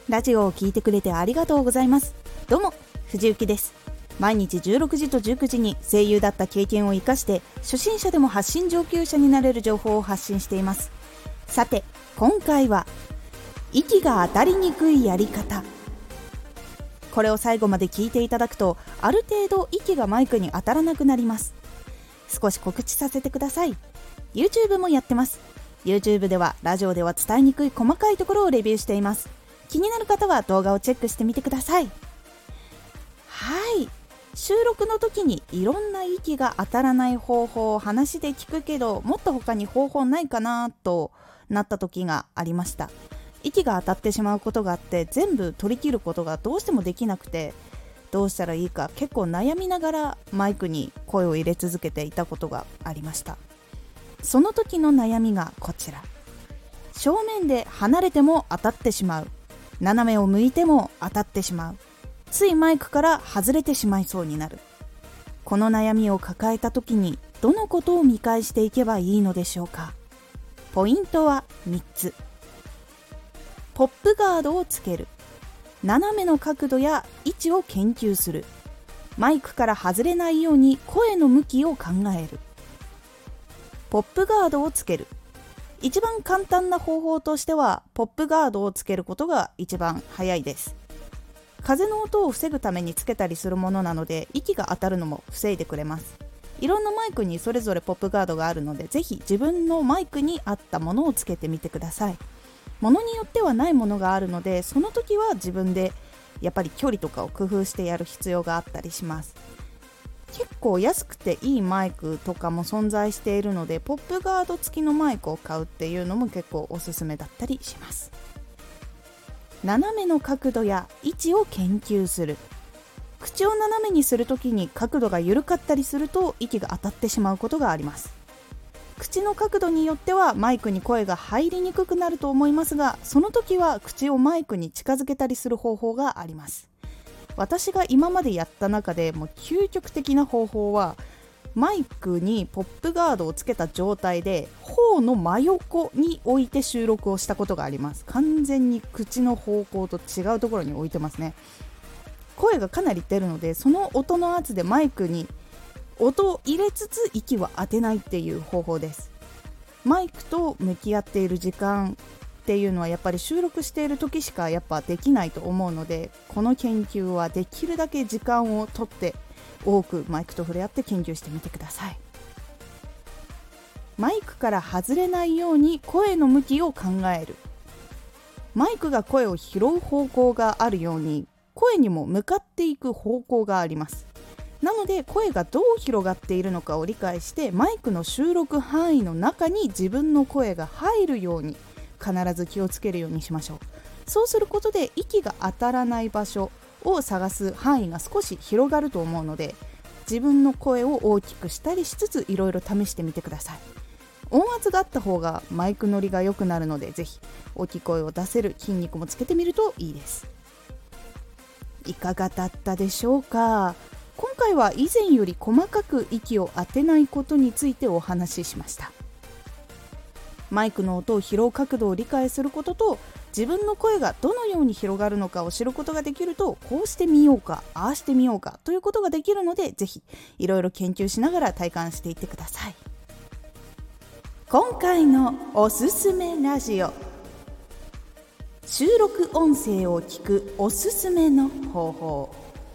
ラジオを聞いてくれてありがとうございます。どうも藤幸です。毎日16時と19時に声優だった経験を生かして初心者でも発信上級者になれる情報を発信しています。さて今回は息が当たりにくいやり方。これを最後まで聞いていただくとある程度息がマイクに当たらなくなります。少し告知させてください。 YouTube もやってます。 YouTube ではラジオでは伝えにくい細かいところをレビューしています。気になる方は動画をチェックしてみてください。はい、収録の時にいろんな息が当たらない方法を話で聞くけど、もっと他に方法ないかなとなった時がありました。息が当たってしまうことがあって全部取り切ることがどうしてもできなくて、どうしたらいいか結構悩みながらマイクに声を入れ続けていたことがありました。その時の悩みがこちら。正面で離れても当たってしまう、斜めを向いても当たってしまう、ついマイクから外れてしまいそうになる。この悩みを抱えた時にどのことを見返していけばいいのでしょうか。ポイントは3つ。ポップガードをつける、斜めの角度や位置を研究する、マイクから外れないように声の向きを考える。ポップガードをつける、一番簡単な方法としてはポップガードをつけることが一番早いです。風の音を防ぐためにつけたりするものなので息が当たるのも防いでくれます。いろんなマイクにそれぞれポップガードがあるので、ぜひ自分のマイクに合ったものをつけてみてください。ものによってはないものがあるので、その時は自分でやっぱり距離とかを工夫してやる必要があったりします。結構安くていいマイクとかも存在しているので、ポップガード付きのマイクを買うっていうのも結構おすすめだったりします。斜めの角度や位置を研究する。口を斜めにするときに角度が緩かったりすると息が当たってしまうことがあります。口の角度によってはマイクに声が入りにくくなると思いますが、その時は口をマイクに近づけたりする方法があります。私が今までやった中でもう究極的な方法は、マイクにポップガードをつけた状態で頬の真横に置いて収録をしたことがあります。完全に口の方向と違うところに置いてますね。声がかなり出るので、その音の圧でマイクに音を入れつつ息は当てないっていう方法です。マイクと向き合っている時間っていうのはやっぱり収録している時しかやっぱできないと思うので、この研究はできるだけ時間をとって多くマイクと触れ合って研究してみてください。マイクから外れないように声の向きを考える。マイクが声を拾う方向があるように、声にも向かっていく方向があります。なので声がどう広がっているのかを理解して、マイクの収録範囲の中に自分の声が入るように必ず気をつけるようにしましょう。そうすることで息が当たらない場所を探す範囲が少し広がると思うので、自分の声を大きくしたりしつついろいろ試してみてください。音圧があった方がマイク乗りが良くなるので、ぜひ大きい声を出せる筋肉もつけてみるといいです。いかがだったでしょうか。今回は以前より細かく息を当てないことについてお話ししました。マイクの音を拾う角度を理解することと、自分の声がどのように広がるのかを知ることができると、こうしてみようかああしてみようかということができるので、ぜひいろいろ研究しながら体感していってください。今回のおすすめラジオ、収録音声を聞くおすすめの方法。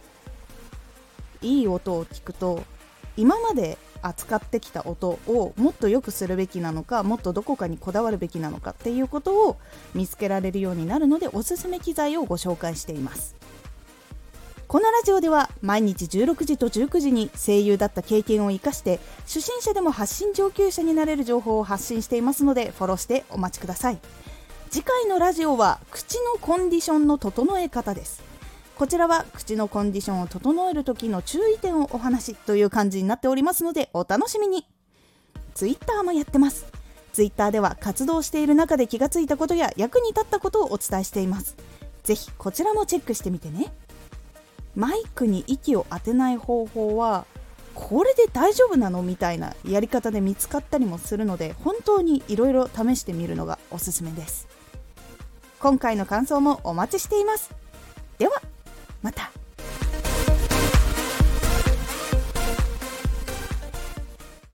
いい音を聞くと、今まで扱ってきた音をもっと良くするべきなのか、もっとどこかにこだわるべきなのかっていうことを見つけられるようになるので、おすすめ機材をご紹介しています。このラジオでは毎日16時と19時に声優だった経験を生かして初心者でも発信上級者になれる情報を発信していますので、フォローしてお待ちください。次回のラジオは口のコンディションの整え方です。こちらは口のコンディションを整える時の注意点をお話という感じになっておりますので、お楽しみに。ツイッターもやってます。ツイッターでは活動している中で気がついたことや役に立ったことをお伝えしています。ぜひこちらもチェックしてみてね。マイクに息を当てない方法はこれで大丈夫なのみたいなやり方で見つかったりもするので、本当にいろいろ試してみるのがおすすめです。 今回の感想もお待ちしています。ではまた。